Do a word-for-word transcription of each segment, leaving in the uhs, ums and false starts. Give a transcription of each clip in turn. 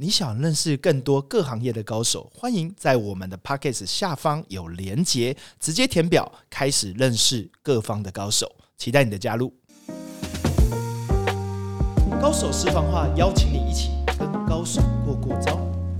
你想认识更多各行业的高手，欢迎在我们的 Podcast 下方有连结，直接填表开始认识各方的高手，期待你的加入。高手私房话，邀请你一起跟高手过过招。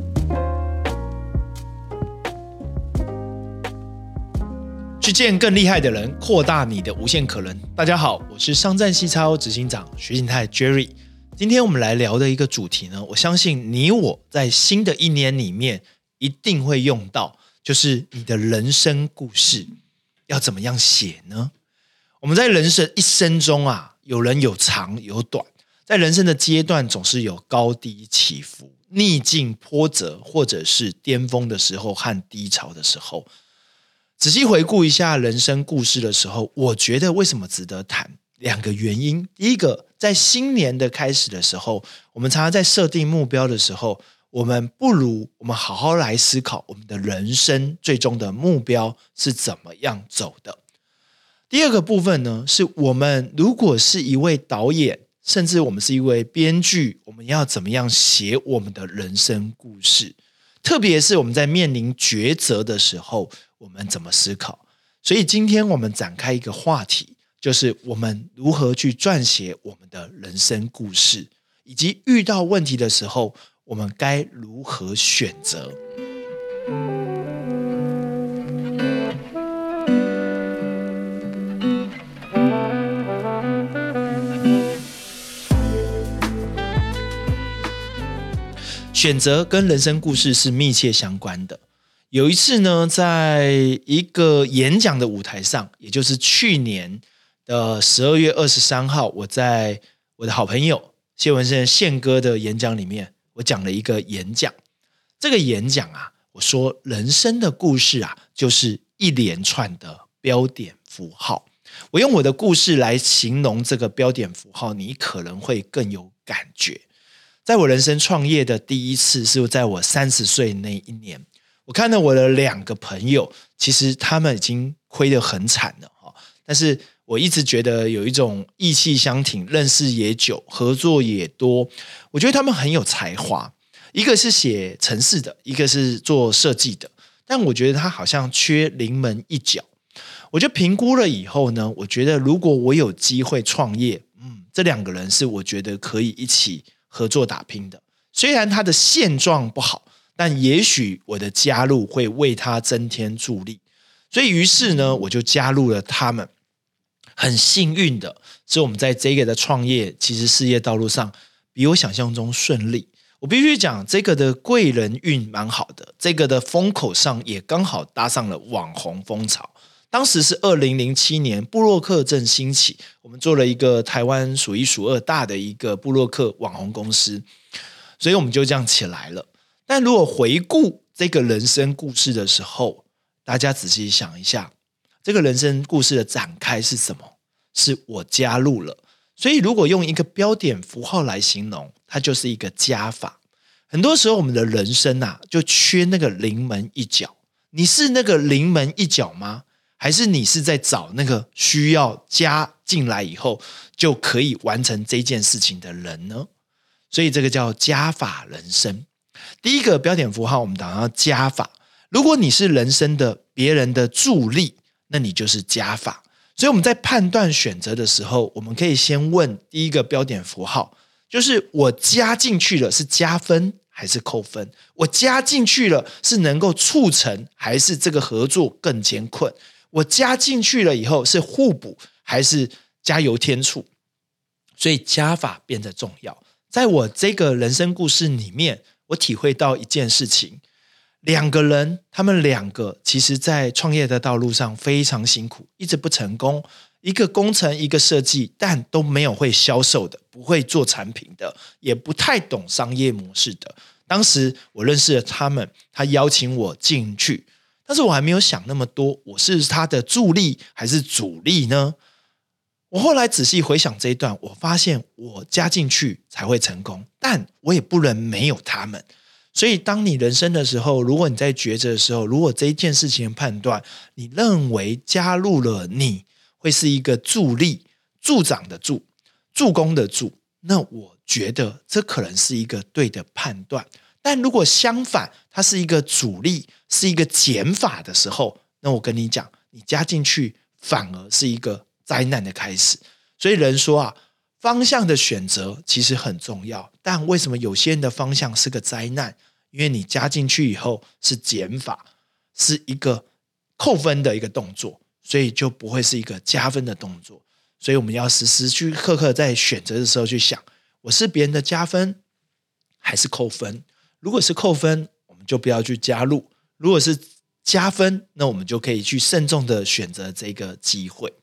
去见更厉害的人，扩大你的无限可能。大家好，我是商战西超执行长徐景泰 Jerry。今天我们来聊的一个主题呢，我相信你我在新的一年里面一定会用到，就是你的人生故事要怎么样写呢？我们在人生一生中啊，有人有长有短，在人生的阶段总是有高低起伏、逆境波折，或者是巅峰的时候和低潮的时候。仔细回顾一下人生故事的时候，我觉得为什么值得谈？两个原因。第一个，在新年的开始的时候，我们常常在设定目标的时候，我们不如我们好好来思考我们的人生最终的目标是怎么样走的。第二个部分呢，是我们如果是一位导演，甚至我们是一位编剧，我们要怎么样写我们的人生故事？特别是我们在面临抉择的时候，我们怎么思考？所以今天我们展开一个话题，就是我们如何去撰写我们的人生故事，以及遇到问题的时候，我们该如何选择。选择跟人生故事是密切相关的。有一次呢，在一个演讲的舞台上，也就是去年的十二月二十三号，我在我的好朋友谢文生宪哥的演讲里面，我讲了一个演讲。这个演讲啊，我说人生的故事啊，就是一连串的标点符号。我用我的故事来形容这个标点符号，你可能会更有感觉。在我人生创业的第一次是在我三十岁那一年，我看到我的两个朋友，其实他们已经亏得很惨了，但是我一直觉得有一种意气相挺，认识也久，合作也多，我觉得他们很有才华，一个是写程式的，一个是做设计的，但我觉得他好像缺临门一脚。我就评估了以后呢，我觉得如果我有机会创业，嗯，这两个人是我觉得可以一起合作打拼的。虽然他的现状不好，但也许我的加入会为他增添助力。所以于是呢，我就加入了他们。很幸运的是，我们在这个的创业其实事业道路上比我想象中顺利。我必须讲，这个的贵人运蛮好的，这个的风口上也刚好搭上了网红风潮。当时是二零零七年，部落客正兴起，我们做了一个台湾数一数二大的一个部落客网红公司，所以我们就这样起来了。但如果回顾这个人生故事的时候，大家仔细想一下，这个人生故事的展开是什么？是我加入了。所以如果用一个标点符号来形容，它就是一个加法。很多时候我们的人生啊，就缺那个临门一脚。你是那个临门一脚吗？还是你是在找那个需要加进来以后就可以完成这件事情的人呢？所以这个叫加法人生。第一个标点符号我们讲到加法，如果你是人生的别人的助力，那你就是加法。所以我们在判断选择的时候，我们可以先问第一个标点符号，就是我加进去了是加分还是扣分？我加进去了是能够促成还是这个合作更艰困？我加进去了以后是互补还是加油添醋？所以加法变得重要。在我这个人生故事里面，我体会到一件事情，两个人他们两个其实在创业的道路上非常辛苦，一直不成功，一个工程一个设计，但都没有会销售的，不会做产品的，也不太懂商业模式的。当时我认识了他们，他邀请我进去，但是我还没有想那么多，我是他的助力还是主力呢？我后来仔细回想这一段，我发现我加进去才会成功，但我也不能没有他们。所以当你人生的时候，如果你在抉择的时候，如果这一件事情的判断你认为加入了你会是一个助力，助长的助，助攻的助，那我觉得这可能是一个对的判断。 但如果相反，它是一个阻力，是一个减法的时候，那我跟你讲，你加进去反而是一个灾难的开始。所以人说啊，方向的选择其实很重要，但为什么有些人的方向是个灾难？因为你加进去以后是减法，是一个扣分的一个动作，所以就不会是一个加分的动作。所以我们要时时去刻刻在选择的时候去想，我是别人的加分还是扣分？如果是扣分，我们就不要去加入；如果是加分，那我们就可以去慎重的选择这个机会。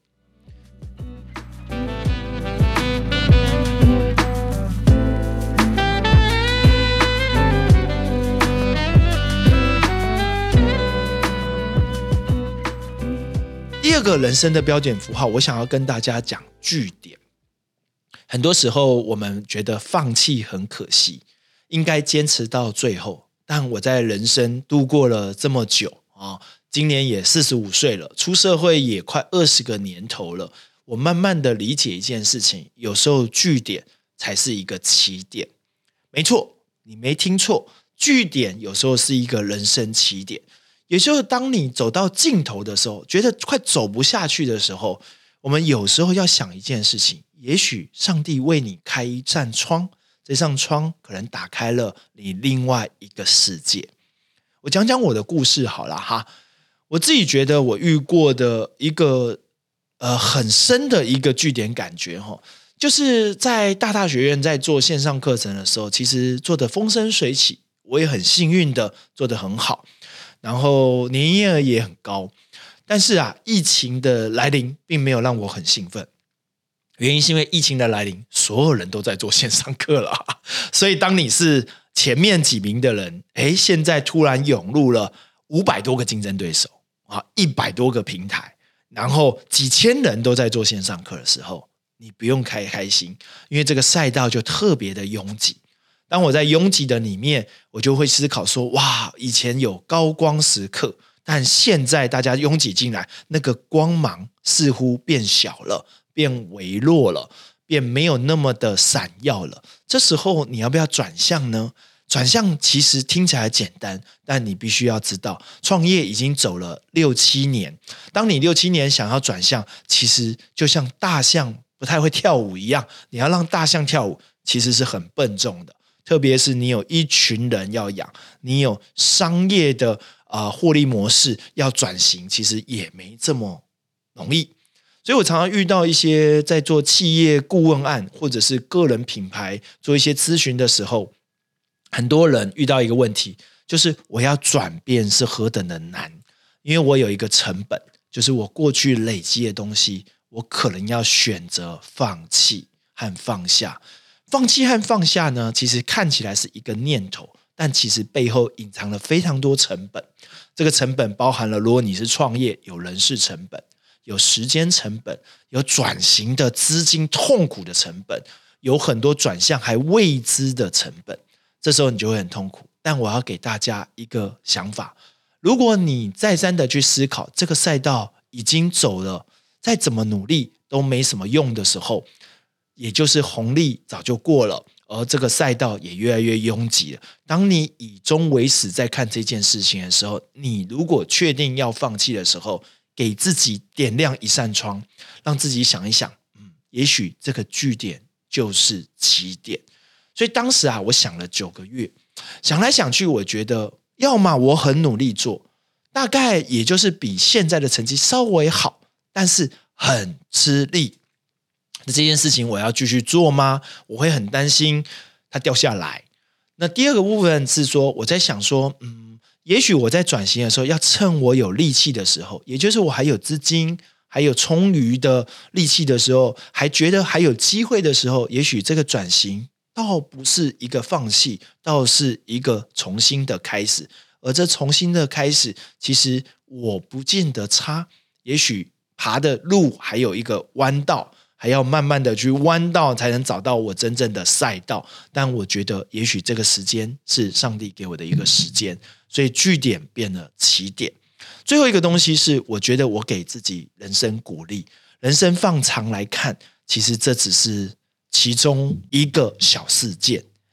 第二个人生的标点符号，我想要跟大家讲句点。很多时候我们觉得放弃很可惜，应该坚持到最后。但我在人生度过了这么久、哦、今年也四十五岁了，出社会也快二十个年头了，我慢慢的理解一件事情，有时候句点才是一个起点。没错，你没听错，句点有时候是一个人生起点。也就是当你走到尽头的时候，觉得快走不下去的时候，我们有时候要想一件事情，也许上帝为你开一扇窗，这扇窗可能打开了你另外一个世界。我讲讲我的故事好了哈。我自己觉得我遇过的一个呃很深的一个据点感觉哈，就是在大大学院在做线上课程的时候，其实做得风生水起，我也很幸运的做得很好。然后年营业额也很高，但是啊，疫情的来临并没有让我很兴奋。原因是因为疫情的来临，所有人都在做线上课了，所以当你是前面几名的人，诶，现在突然涌入了五百多个竞争对手啊，一百多个平台，然后几千人都在做线上课的时候，你不用开开心，因为这个赛道就特别的拥挤。当我在拥挤的里面，我就会思考说，哇，以前有高光时刻，但现在大家拥挤进来，那个光芒似乎变小了，变微弱了，变没有那么的闪耀了。这时候你要不要转向呢？转向其实听起来简单，但你必须要知道，创业已经走了六七年，当你六七年想要转向，其实就像大象不太会跳舞一样，你要让大象跳舞其实是很笨重的。特别是你有一群人要养，你有商业的、呃、获利模式要转型，其实也没这么容易。所以我常常遇到一些在做企业顾问案或者是个人品牌做一些咨询的时候，很多人遇到一个问题，就是我要转变是何等的难。因为我有一个成本，就是我过去累积的东西，我可能要选择放弃和放下。放弃和放下呢，其实看起来是一个念头，但其实背后隐藏了非常多成本。这个成本包含了，如果你是创业，有人事成本，有时间成本，有转型的资金痛苦的成本，有很多转向还未知的成本。这时候你就会很痛苦。但我要给大家一个想法，如果你再三的去思考这个赛道已经走了，再怎么努力都没什么用的时候，也就是红利早就过了，而这个赛道也越来越拥挤了。当你以终为始在看这件事情的时候，你如果确定要放弃的时候，给自己点亮一扇窗，让自己想一想，嗯，也许这个据点就是起点。所以当时啊，我想了九个月，想来想去，我觉得要么我很努力做，大概也就是比现在的成绩稍微好，但是很吃力。这件事情我要继续做吗？我会很担心它掉下来。那第二个部分是说，我在想说，嗯，也许我在转型的时候，要趁我有力气的时候，也就是我还有资金，还有充裕的力气的时候，还觉得还有机会的时候，也许这个转型倒不是一个放弃，倒是一个重新的开始。而这重新的开始，其实我不见得差，也许爬的路还有一个弯道，还要慢慢的去弯道才能找到我真正的赛道。但我觉得也许这个时间是上帝给我的一个时间，所以据点变了起点。最后一个东西是，我觉得我给自己人生鼓励。人生放长来看，其实这只是其中一个小事件，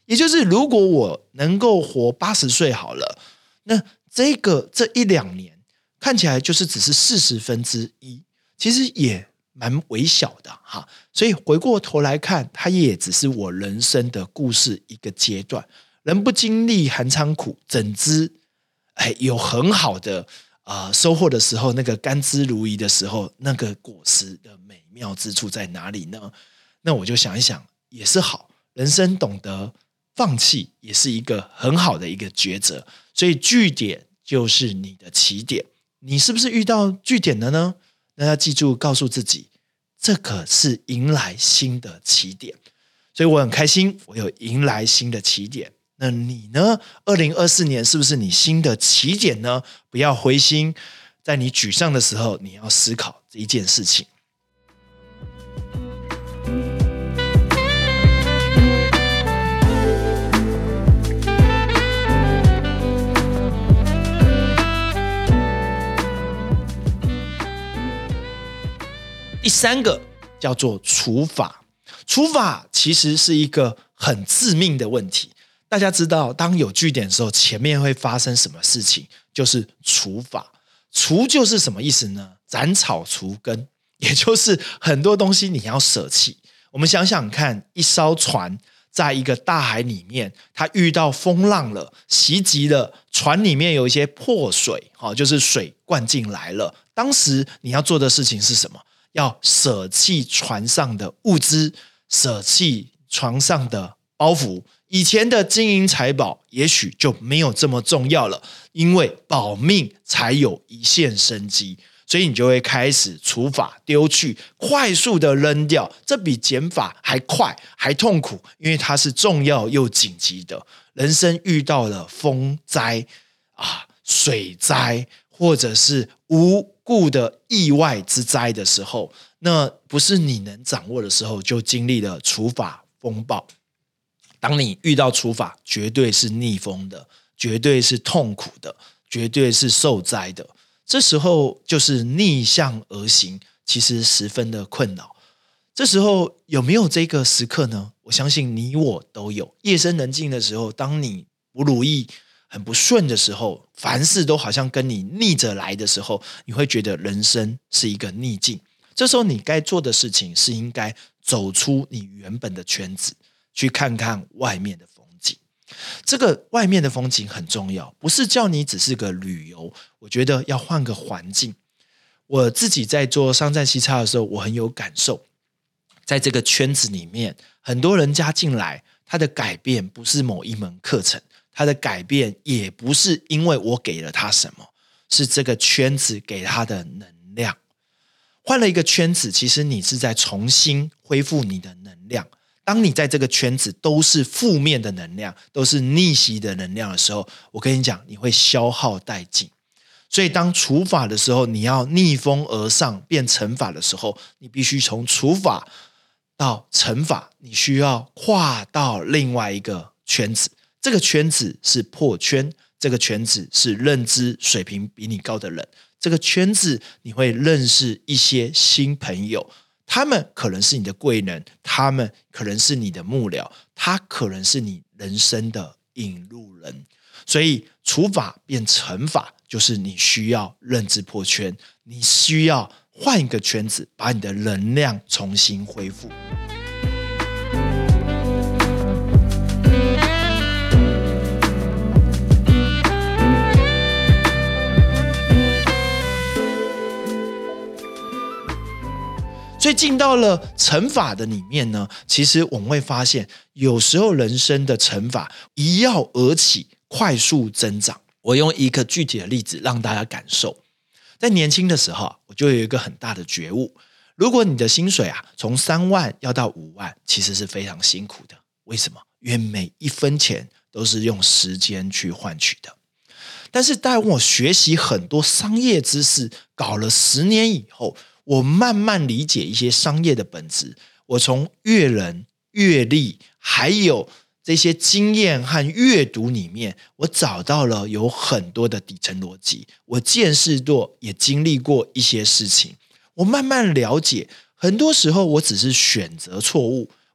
也就是如果我能够活八十岁好了，那这个这一两年看起来就是只是四十分之一，其实也蛮微小的哈。所以回过头来看，它也只是我人生的故事一个阶段。人不经历寒窗苦，怎知哎有很好的呃收获的时候，那个甘之如饴的时候，那个果实的美妙之处在哪里呢？那我就想一想，也是好，人生懂得放弃也是一个很好的一个抉择。所以据点就是你的起点，你是不是遇到据点了呢？那要记住告诉自己，这可是迎来新的起点。所以我很开心我有迎来新的起点。那你呢？二零二四年是不是你新的起点呢？不要灰心，在你沮丧的时候，你要思考这一件事情。第三个叫做除法。除法其实是一个很致命的问题。大家知道当有据点的时候，前面会发生什么事情？就是除法。除就是什么意思呢？斩草除根，也就是很多东西你要舍弃。我们想想看，一艘船在一个大海里面，它遇到风浪了，袭击了，船里面有一些破水，就是水灌进来了。当时你要做的事情是什么？要舍弃船上的物资，舍弃船上的包袱。以前的金银财宝也许就没有这么重要了，因为保命才有一线生机，所以你就会开始除法丢去，快速的扔掉。这比减法还快还痛苦，因为它是重要又紧急的。人生遇到了风灾啊、水灾，或者是无故的意外之灾的时候，那不是你能掌握的时候，就经历了除法风暴。当你遇到除法，绝对是逆风的，绝对是痛苦的，绝对是受灾的。这时候就是逆向而行，其实十分的困扰。这时候有没有这个时刻呢？我相信你我都有。夜深人静的时候，当你不如意、很不顺的时候，凡事都好像跟你逆着来的时候，你会觉得人生是一个逆境。这时候你该做的事情是应该走出你原本的圈子，去看看外面的风景。这个外面的风景很重要，不是叫你只是个旅游，我觉得要换个环境。我自己在做商战西差的时候，我很有感受。在这个圈子里面，很多人加进来，他的改变不是某一门课程，他的改变也不是因为我给了他什么，是这个圈子给他的能量。换了一个圈子，其实你是在重新恢复你的能量。当你在这个圈子都是负面的能量，都是逆袭的能量的时候，我跟你讲，你会消耗殆尽。所以当除法的时候，你要逆风而上变乘法的时候，你必须从除法到乘法，你需要跨到另外一个圈子。这个圈子是破圈，这个圈子是认知水平比你高的人，这个圈子你会认识一些新朋友，他们可能是你的贵人，他们可能是你的幕僚，他可能是你人生的引路人。所以除法变乘法，就是你需要认知破圈，你需要换一个圈子，把你的能量重新恢复。所以进到了乘法的里面呢，其实我们会发现，有时候人生的乘法一跃而起，快速增长。我用一个具体的例子让大家感受。在年轻的时候，我就有一个很大的觉悟，如果你的薪水啊从三万要到五万，其实是非常辛苦的。为什么？因为每一分钱都是用时间去换取的。但是当我学习很多商业知识，搞了十年以后，我慢慢理解一些商业的本质。我从阅人、阅历，还有这些经验和阅读里面，我找到了有很多的底层逻辑。我见识过，也经历过一些事情。我慢慢了解，很多时候我只是选择错误，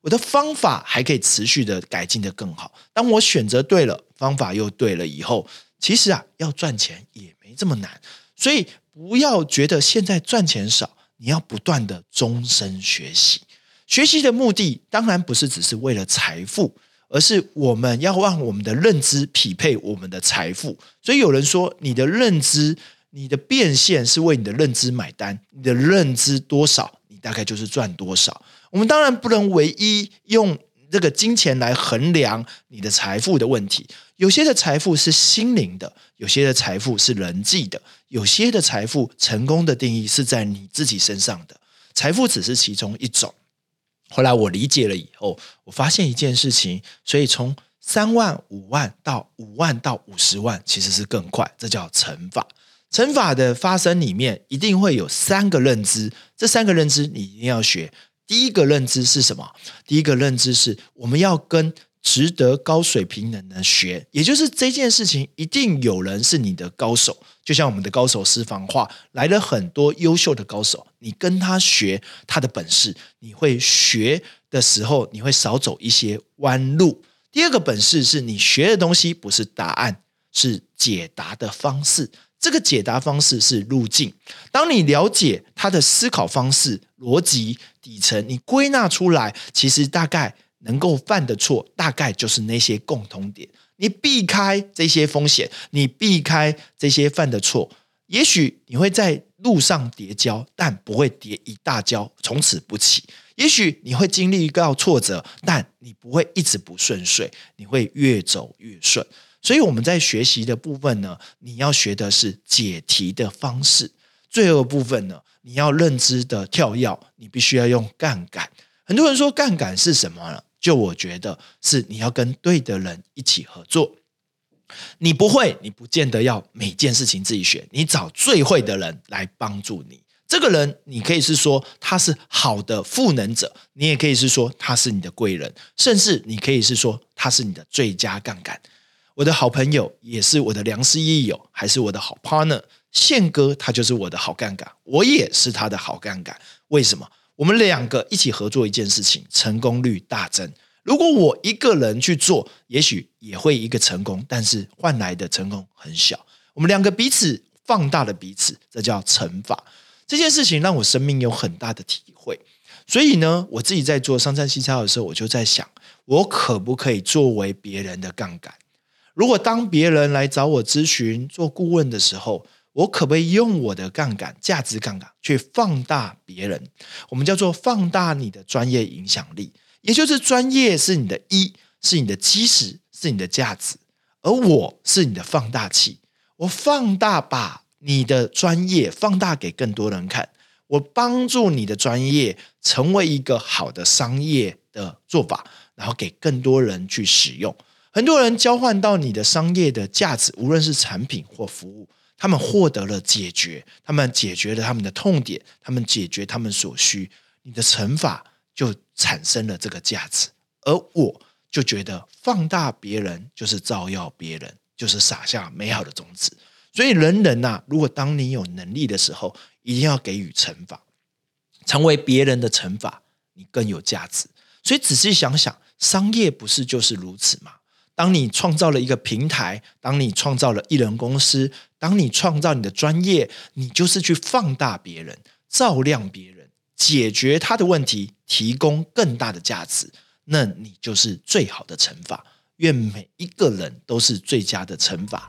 我的方法还可以持续的改进的更好。当我选择对了，方法又对了以后，其实啊，要赚钱也没这么难。所以不要觉得现在赚钱少，你要不断的终身学习。学习的目的当然不是只是为了财富，而是我们要让我们的认知匹配我们的财富。所以有人说，你的认知，你的变现是为你的认知买单，你的认知多少，你大概就是赚多少。我们当然不能唯一用这个金钱来衡量你的财富的问题，有些的财富是心灵的，有些的财富是人际的，有些的财富成功的定义是在你自己身上的，财富只是其中一种。后来我理解了以后，我发现一件事情，所以从三万、五万到五万到五十万其实是更快，这叫乘法。乘法的发生里面一定会有三个认知，这三个认知你一定要学。第一个认知是什么？第一个认知是我们要跟值得高水平的人学，也就是这件事情一定有人是你的高手，就像我们的高手私房话来了很多优秀的高手，你跟他学他的本事，你会学的时候你会少走一些弯路。第二个本事是你学的东西不是答案，是解答的方式，这个解答方式是路径。当你了解他的思考方式、逻辑底层，你归纳出来，其实大概能够犯的错大概就是那些共同点，你避开这些风险，你避开这些犯的错，也许你会在路上跌跤，但不会跌一大跤从此不起。也许你会经历到挫折，但你不会一直不顺遂，你会越走越顺。所以我们在学习的部分呢，你要学的是解题的方式。最后的部分呢，你要认知的跳跃，你必须要用杠杆。很多人说杠杆是什么呢？就我觉得是你要跟对的人一起合作。你不会，你不见得要每件事情自己学，你找最会的人来帮助你。这个人你可以是说他是好的赋能者，你也可以是说他是你的贵人，甚至你可以是说他是你的最佳杠杆。我的好朋友也是我的良师益友，还是我的好 partner 宪哥，他就是我的好杠杆，我也是他的好杠杆。为什么？我们两个一起合作一件事情，成功率大增。如果我一个人去做，也许也会一个成功，但是换来的成功很小。我们两个彼此放大了彼此，这叫乘法。这件事情让我生命有很大的体会。所以呢，我自己在做商战西超的时候，我就在想，我可不可以作为别人的杠杆？如果当别人来找我咨询做顾问的时候，我可不可以用我的杠杆价值杠杆去放大别人？我们叫做放大你的专业影响力，也就是专业是你的一，是你的基石，是你的价值，而我是你的放大器。我放大，把你的专业放大给更多人看，我帮助你的专业成为一个好的商业的做法，然后给更多人去使用。很多人交换到你的商业的价值，无论是产品或服务，他们获得了解决，他们解决了他们的痛点，他们解决他们所需，你的乘法就产生了这个价值。而我就觉得放大别人就是照耀别人，就是撒下美好的种子。所以人人啊，如果当你有能力的时候，一定要给予乘法，成为别人的乘法，你更有价值。所以仔细想想，商业不是就是如此吗？当你创造了一个平台，当你创造了一人公司，当你创造你的专业，你就是去放大别人，照亮别人，解决他的问题，提供更大的价值，那你就是最好的乘法。愿每一个人都是最佳的乘法。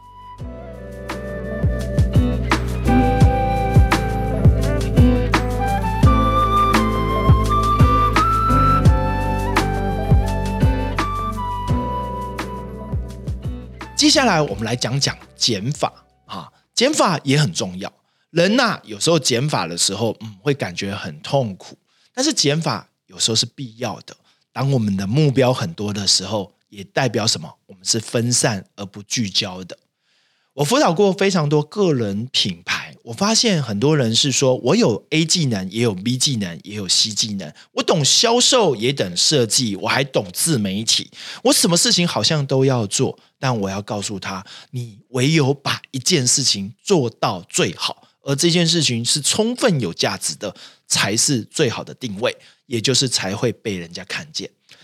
接下来我们来讲讲减法啊，减法也很重要。人呐、啊，有时候减法的时候，嗯，会感觉很痛苦，但是减法有时候是必要的。当我们的目标很多的时候，也代表什么？我们是分散而不聚焦的。我辅导过非常多个人品牌，我发现很多人是说，我有 A 技能，也有 B 技能，也有 C 技能，我懂销售，也懂设计，我还懂自媒体，我什么事情好像都要做。但我要告诉他，你唯有把一件事情做到最好，而这件事情是充分有价值的，才是最好的定位，也就是才会被人家看见。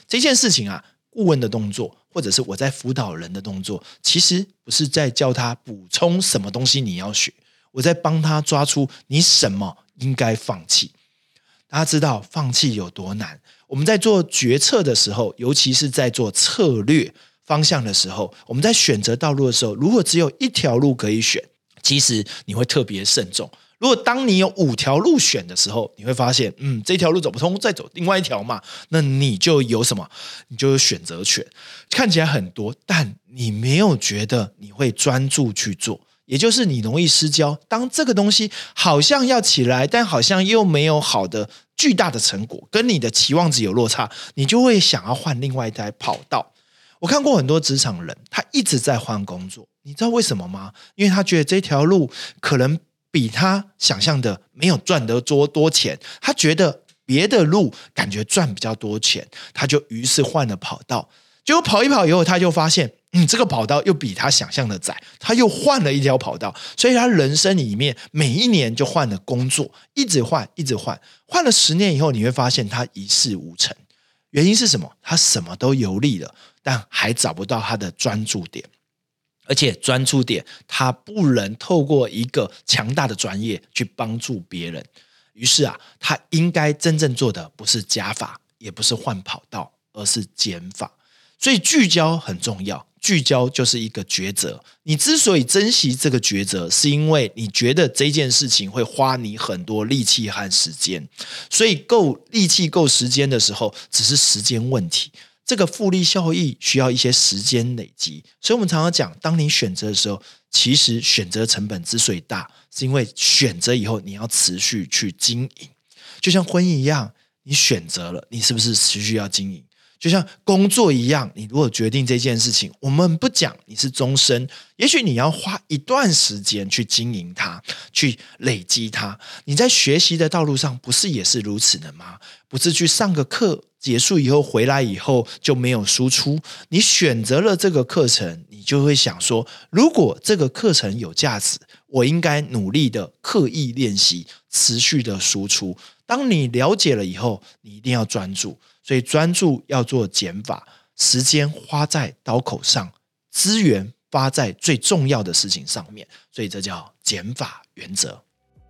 这件事情啊，顾问的动作或者是我在辅导人的动作，其实不是在叫他补充什么东西你要学，我在帮他抓出你什么应该放弃。大家知道放弃有多难，我们在做决策的时候，尤其是在做策略方向的时候，我们在选择道路的时候，如果只有一条路可以选，其实你会特别慎重。如果当你有五条路选的时候，你会发现嗯，这条路走不通，再走另外一条嘛，那你就有什么？你就有选择权。看起来很多，但你没有觉得你会专注去做，也就是你容易失焦。当这个东西好像要起来，但好像又没有好的巨大的成果，跟你的期望值有落差，你就会想要换另外一台跑道。我看过很多职场人，他一直在换工作，你知道为什么吗？因为他觉得这条路可能比他想象的没有赚得多多钱，他觉得别的路感觉赚比较多钱，他就于是换了跑道。结果跑一跑以后，他就发现嗯，这个跑道又比他想象的窄，他又换了一条跑道，所以他人生里面每一年就换了工作，一直换一直换，换了十年以后，你会发现他一事无成。原因是什么？他什么都游历了，但还找不到他的专注点，而且专注点他不能透过一个强大的专业去帮助别人。于是啊，他应该真正做的不是加法，也不是换跑道，而是减法。所以聚焦很重要，聚焦就是一个抉择。你之所以珍惜这个抉择，是因为你觉得这件事情会花你很多力气和时间，所以够力气够时间的时候，只是时间问题。这个复利效益需要一些时间累积，所以我们常常讲，当你选择的时候，其实选择成本之所以大，是因为选择以后你要持续去经营。就像婚姻一样，你选择了，你是不是持续要经营？就像工作一样，你如果决定这件事情，我们不讲你是终身，也许你要花一段时间去经营它，去累积它。你在学习的道路上不是也是如此的吗？不是去上个课结束以后回来以后就没有输出，你选择了这个课程，你就会想说，如果这个课程有价值，我应该努力的刻意练习，持续的输出。当你了解了以后，你一定要专注，所以专注要做减法，时间花在刀口上，资源花在最重要的事情上面，所以这叫减法原则。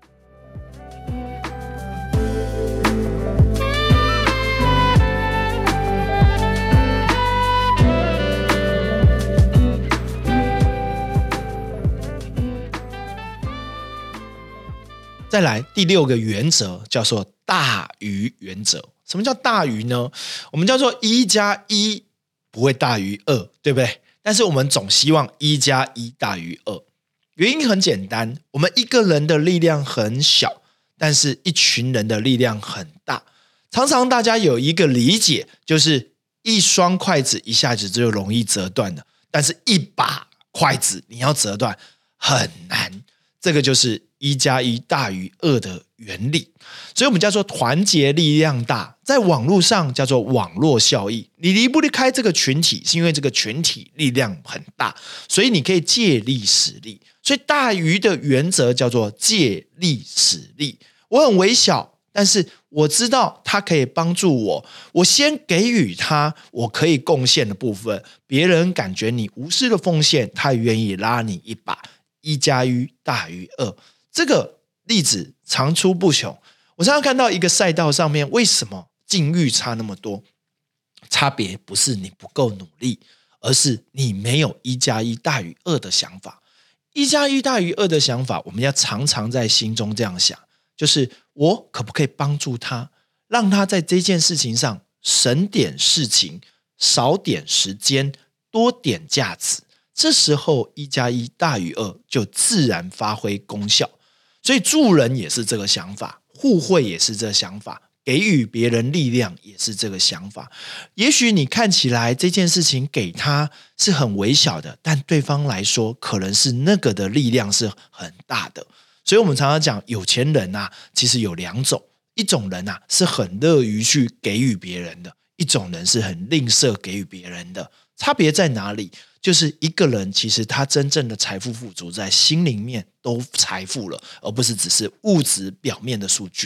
再来第六个原则叫做大于原则。什么叫大于呢？我们叫做一加一不会大于二，对不对？但是我们总希望一加一大于二。原因很简单，我们一个人的力量很小，但是一群人的力量很大。常常大家有一个理解，就是一双筷子一下子就容易折断了，但是一把筷子你要折断很难。这个就是一加一大于二的原理，所以我们叫做团结力量大，在网络上叫做网络效益。你离不离开这个群体，是因为这个群体力量很大，所以你可以借力使力。所以大于的原则叫做借力使力。我很微小，但是我知道它可以帮助我，我先给予他我可以贡献的部分，别人感觉你无私的奉献，他愿意拉你一把。一加一大于二，这个例子层出不穷。我常常看到一个赛道上面，为什么境遇差那么多？差别不是你不够努力，而是你没有一加一大于二的想法。一加一大于二的想法，我们要常常在心中这样想，就是我可不可以帮助他，让他在这件事情上省点事情，少点时间，多点价值。这时候一加一大于二就自然发挥功效。所以助人也是这个想法，互惠也是这个想法，给予别人力量也是这个想法。也许你看起来这件事情给他是很微小的，但对方来说可能是那个的力量是很大的。所以我们常常讲有钱人啊，其实有两种，一种人啊是很乐于去给予别人的，一种人是很吝啬给予别人的。差别在哪里？就是一个人其实他真正的财富富足在心里面都财富了，而不是只是物质表面的数据。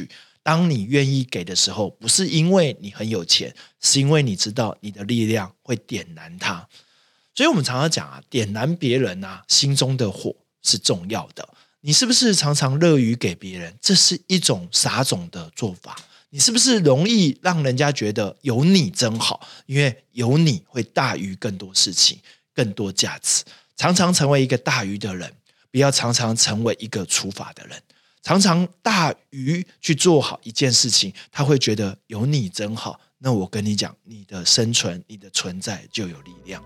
当你愿意给的时候，不是因为你很有钱，是因为你知道你的力量会点燃它。所以我们常常讲啊，点燃别人啊心中的火是重要的。你是不是常常乐于给别人？这是一种撒种的做法。你是不是容易让人家觉得有你真好？因为有你会大于更多事情，更多价值。常常成为一个大于的人，不要常常成为一个除法的人。常常大于去做好一件事情，他会觉得有你真好。那我跟你讲，你的生存，你的存在就有力量。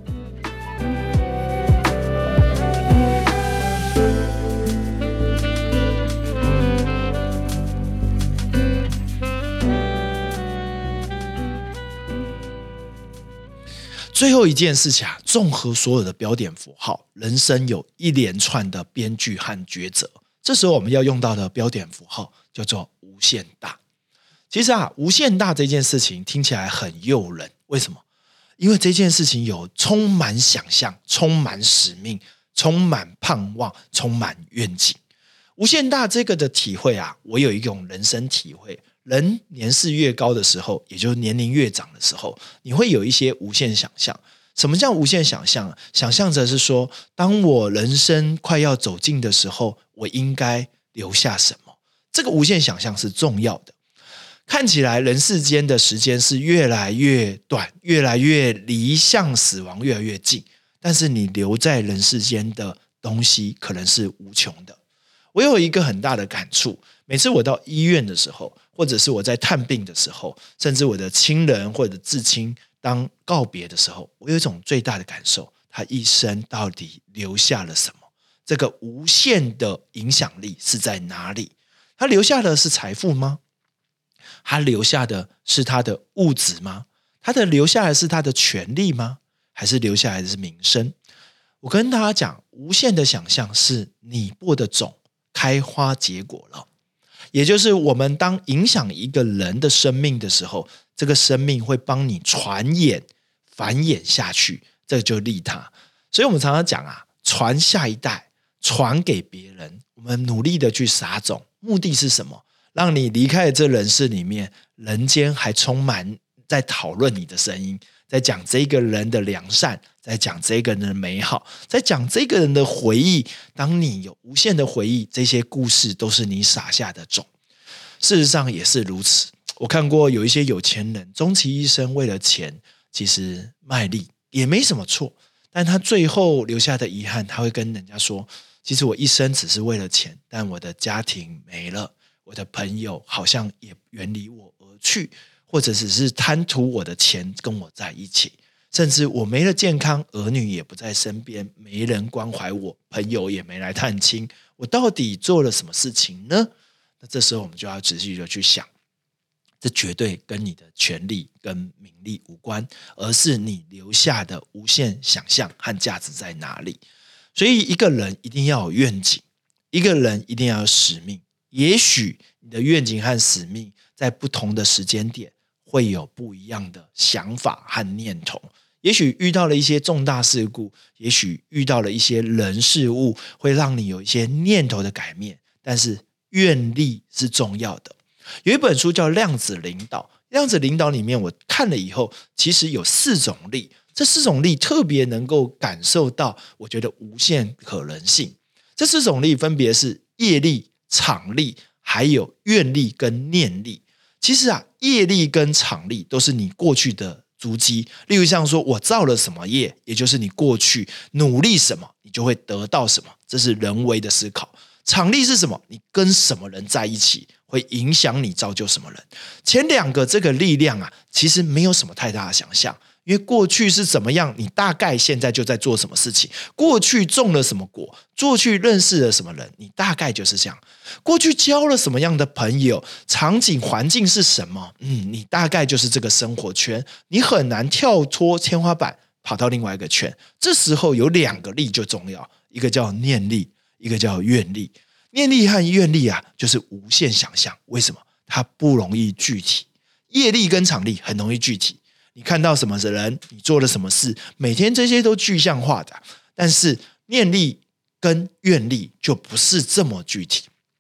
最后一件事情啊，综合所有的标点符号，人生有一连串的编剧和抉择。这时候我们要用到的标点符号叫做无限大。其实啊，无限大这件事情听起来很诱人，为什么？因为这件事情有充满想象，充满使命，充满盼望，充满愿景。无限大这个的体会啊，我有一种人生体会。人年事越高的时候，也就是年龄越长的时候，你会有一些无限想象。什么叫无限想象？想象着是说，当我人生快要走近的时候，我应该留下什么？这个无限想象是重要的。看起来人世间的时间是越来越短，越来越离向死亡越来越近，但是你留在人世间的东西可能是无穷的。我有一个很大的感触，每次我到医院的时候，或者是我在探病的时候，甚至我的亲人或者至亲当告别的时候，我有一种最大的感受，他一生到底留下了什么？这个无限的影响力是在哪里？他留下的是财富吗？他留下的是他的物质吗？他的留下来是他的权利吗？还是留下来的是名声？我跟大家讲，无限的想象是你播的种开花结果了。也就是我们当影响一个人的生命的时候，这个生命会帮你传衍繁衍下去，这就利他。所以我们常常讲啊，传下一代，传给别人，我们努力的去撒种，目的是什么？让你离开这人世里面，人间还充满在讨论你的声音，在讲这个人的良善，在讲这个人的美好，在讲这个人的回忆。当你有无限的回忆，这些故事都是你撒下的种。事实上也是如此。我看过有一些有钱人，终其一生为了钱，其实卖力也没什么错，但他最后留下的遗憾，他会跟人家说，其实我一生只是为了钱，但我的家庭没了，我的朋友好像也远离我而去，或者只是贪图我的钱跟我在一起，甚至我没了健康，儿女也不在身边，没人关怀我，朋友也没来探亲，我到底做了什么事情呢？那这时候我们就要仔细的去想，这绝对跟你的权利跟名利无关，而是你留下的无限想象和价值在哪里。所以一个人一定要有愿景，一个人一定要有使命。也许你的愿景和使命在不同的时间点会有不一样的想法和念头，也许遇到了一些重大事故，也许遇到了一些人事物，会让你有一些念头的改变，但是愿力是重要的。有一本书叫《量子领导》，量子领导里面我看了以后，其实有四种力，这四种力特别能够感受到我觉得无限可能性。这四种力分别是业力、场力，还有愿力跟念力。其实啊，业力跟场力都是你过去的足迹，例如像说我造了什么业，也就是你过去努力什么，你就会得到什么，这是人为的思考。场力是什么？你跟什么人在一起会影响你造就什么人。前两个这个力量啊，其实没有什么太大的想象，因为过去是怎么样，你大概现在就在做什么事情，过去种了什么果，过去认识了什么人，你大概就是这样，过去交了什么样的朋友，场景环境是什么，嗯，你大概就是这个生活圈，你很难跳脱天花板跑到另外一个圈。这时候有两个力就重要，一个叫念力，一个叫愿力。念力和愿力啊，就是无限想象。为什么？它不容易具体。业力跟场力很容易具体，你看到什么人，你做了什么事，每天这些都具象化的。但是念力跟愿力就不是这么具体。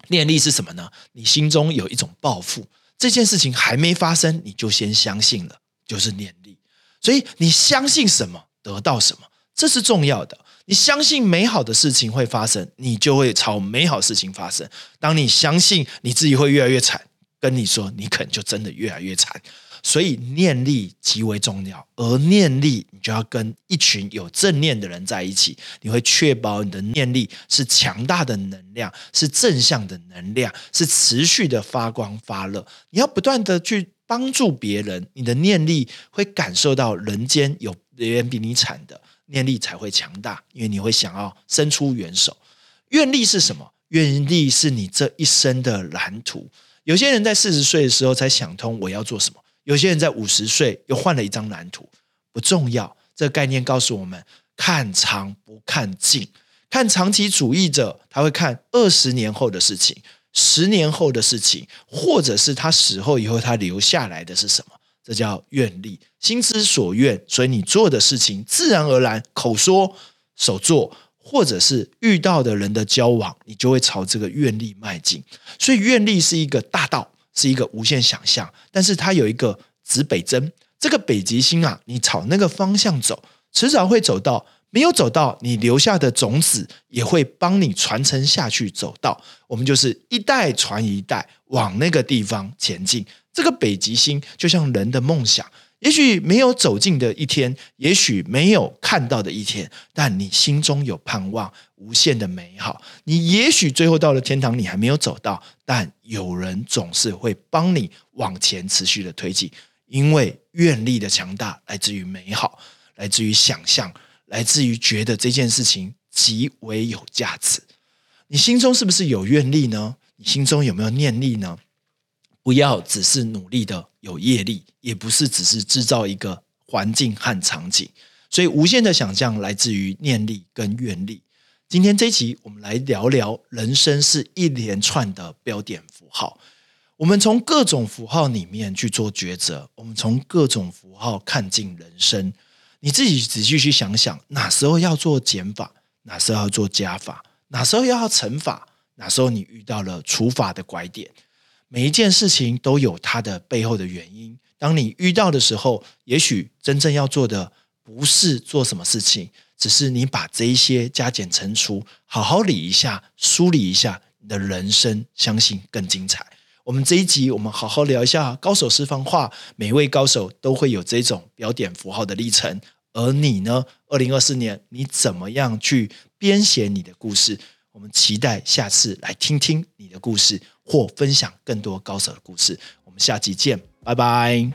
念力是什么呢？你心中有一种抱负，这件事情还没发生，你就先相信了，就是念力。所以你相信什么，得到什么，这是重要的。你相信美好的事情会发生，你就会朝美好事情发生。当你相信你自己会越来越惨，跟你说你可能就真的越来越惨。所以念力极为重要，而念力你就要跟一群有正念的人在一起，你会确保你的念力是强大的能量，是正向的能量，是持续的发光发热。你要不断的去帮助别人，你的念力会感受到人间有别人比你惨的，念力才会强大，因为你会想要伸出援手。愿力是什么？愿力是你这一生的蓝图。有些人在四十岁的时候才想通我要做什么，有些人在五十岁又换了一张蓝图，不重要。这个概念告诉我们，看长不看近。看长期主义者，他会看二十年后的事情，十年后的事情，或者是他死后以后他留下来的是什么，这叫愿力。心之所愿，所以你做的事情自然而然，口说手做，或者是遇到的人的交往，你就会朝这个愿力迈进。所以愿力是一个大道，是一个无限想象，但是它有一个指北针，这个北极星啊，你朝那个方向走，迟早会走到，没有走到，你留下的种子也会帮你传承下去走到。我们就是一代传一代，往那个地方前进。这个北极星就像人的梦想，也许没有走进的一天，也许没有看到的一天，但你心中有盼望，无限的美好。你也许最后到了天堂，你还没有走到，但有人总是会帮你往前持续的推进。因为愿力的强大来自于美好，来自于想象，来自于觉得这件事情极为有价值。你心中是不是有愿力呢？你心中有没有念力呢？不要只是努力的有业力，也不是只是制造一个环境和场景。所以无限的想象来自于念力跟愿力。今天这一集我们来聊聊，人生是一连串的标点符号。我们从各种符号里面去做抉择，我们从各种符号看尽人生。你自己仔细去想想，哪时候要做减法，哪时候要做加法，哪时候要乘法，哪时候你遇到了除法的拐点。每一件事情都有它的背后的原因，当你遇到的时候，也许真正要做的不是做什么事情，只是你把这一些加减乘除好好理一下，梳理一下，你的人生相信更精彩。我们这一集我们好好聊一下高手私房话，每位高手都会有这种标点符号的历程，而你呢，二零二四年你怎么样去编写你的故事？我们期待下次来听听你的故事，或分享更多高手的故事。我们下集见，拜拜。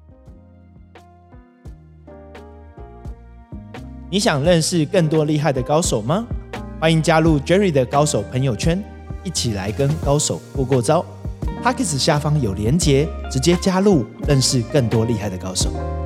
你想认识更多厉害的高手吗？欢迎加入 Jerry 的高手朋友圈，一起来跟高手过过招。Podcast 下方有连结，直接加入，认识更多厉害的高手。